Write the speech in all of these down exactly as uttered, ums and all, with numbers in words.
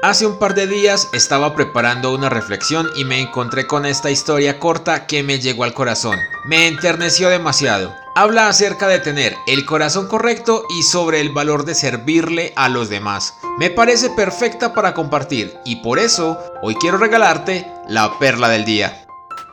Hace un par de días estaba preparando una reflexión y me encontré con esta historia corta que me llegó al corazón. Me enterneció demasiado. Habla acerca de tener el corazón correcto y sobre el valor de servirle a los demás. Me parece perfecta para compartir y por eso hoy quiero regalarte la perla del día.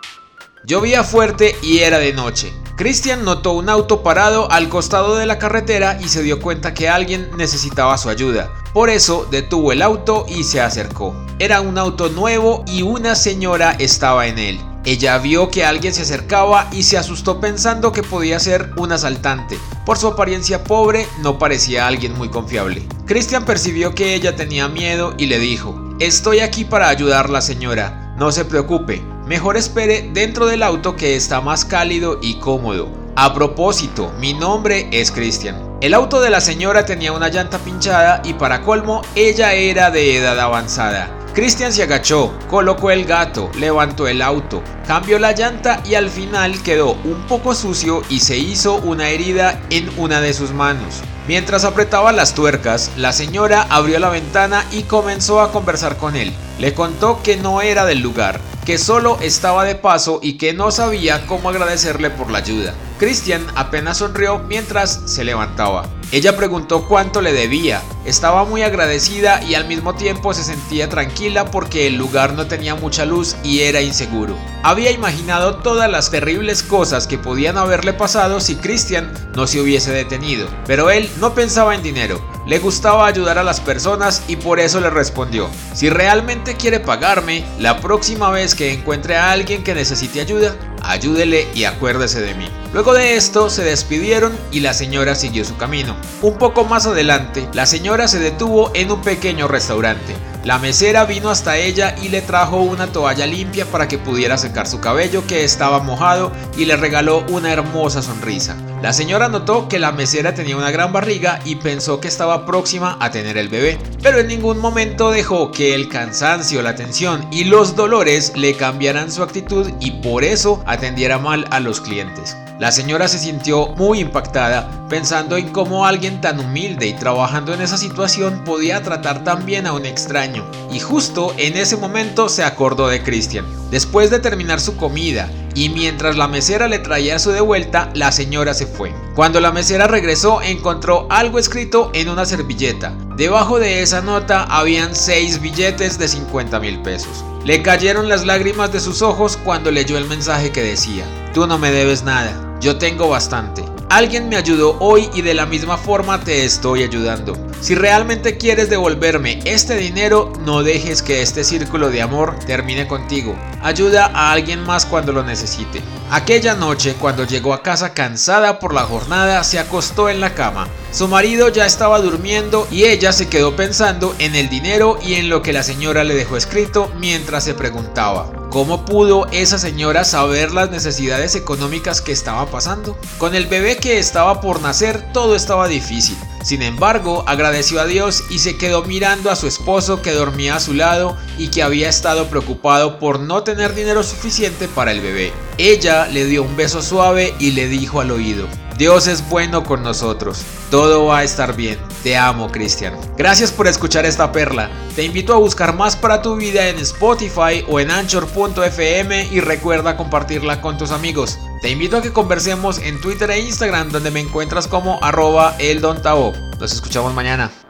Llovía fuerte y era de noche. Christian notó un auto parado al costado de la carretera y se dio cuenta que alguien necesitaba su ayuda. Por eso detuvo el auto y se acercó. Era un auto nuevo y una señora estaba en él. Ella vio que alguien se acercaba y se asustó pensando que podía ser un asaltante. Por su apariencia pobre, no parecía alguien muy confiable. Christian percibió que ella tenía miedo y le dijo: "Estoy aquí para ayudarla, señora. No se preocupe. Mejor espere dentro del auto que está más cálido y cómodo. A propósito, mi nombre es Christian". El auto de la señora tenía una llanta pinchada y para colmo, ella era de edad avanzada. Christian se agachó, colocó el gato, levantó el auto, cambió la llanta y al final quedó un poco sucio y se hizo una herida en una de sus manos. Mientras apretaba las tuercas, la señora abrió la ventana y comenzó a conversar con él. Le contó que no era del lugar, que solo estaba de paso y que no sabía cómo agradecerle por la ayuda. Christian apenas sonrió mientras se levantaba. Ella preguntó cuánto le debía. Estaba muy agradecida y al mismo tiempo se sentía tranquila porque el lugar no tenía mucha luz y era inseguro. Había imaginado todas las terribles cosas que podían haberle pasado si Christian no se hubiese detenido, pero él no pensaba en dinero. Le gustaba ayudar a las personas y por eso le respondió: "Si realmente quiere pagarme, la próxima vez que encuentre a alguien que necesite ayuda, ayúdele y acuérdese de mí". Luego de esto se despidieron y la señora siguió su camino. Un poco más adelante, la señora se detuvo en un pequeño restaurante. La mesera vino hasta ella y le trajo una toalla limpia para que pudiera secar su cabello que estaba mojado y le regaló una hermosa sonrisa. La señora notó que la mesera tenía una gran barriga y pensó que estaba próxima a tener el bebé, pero en ningún momento dejó que el cansancio, la tensión y los dolores le cambiaran su actitud y por eso atendiera mal a los clientes. La señora se sintió muy impactada pensando en cómo alguien tan humilde y trabajando en esa situación podía tratar tan bien a un extraño, y justo en ese momento se acordó de Christian. Después de terminar su comida y mientras la mesera le traía su de vuelta, la señora se fue. Cuando la mesera regresó, encontró algo escrito en una servilleta. Debajo de esa nota habían seis billetes de cincuenta mil pesos. Le cayeron las lágrimas de sus ojos cuando leyó el mensaje que decía: "Tú no me debes nada, yo tengo bastante. Alguien me ayudó hoy y de la misma forma te estoy ayudando. Si realmente quieres devolverme este dinero, no dejes que este círculo de amor termine contigo. Ayuda a alguien más cuando lo necesite". Aquella noche, cuando llegó a casa cansada por la jornada, se acostó en la cama. Su marido ya estaba durmiendo y ella se quedó pensando en el dinero y en lo que la señora le dejó escrito mientras se preguntaba: ¿cómo pudo esa señora saber las necesidades económicas que estaba pasando? Con el bebé que estaba por nacer, todo estaba difícil. Sin embargo, agradeció a Dios y se quedó mirando a su esposo que dormía a su lado y que había estado preocupado por no tener dinero suficiente para el bebé. Ella le dio un beso suave y le dijo al oído: "Dios es bueno con nosotros. Todo va a estar bien. Te amo, Christian". Gracias por escuchar esta perla. Te invito a buscar más para tu vida en Spotify o en Anchor punto F M y recuerda compartirla con tus amigos. Te invito a que conversemos en Twitter e Instagram, donde me encuentras como arroba eldontao. Nos escuchamos mañana.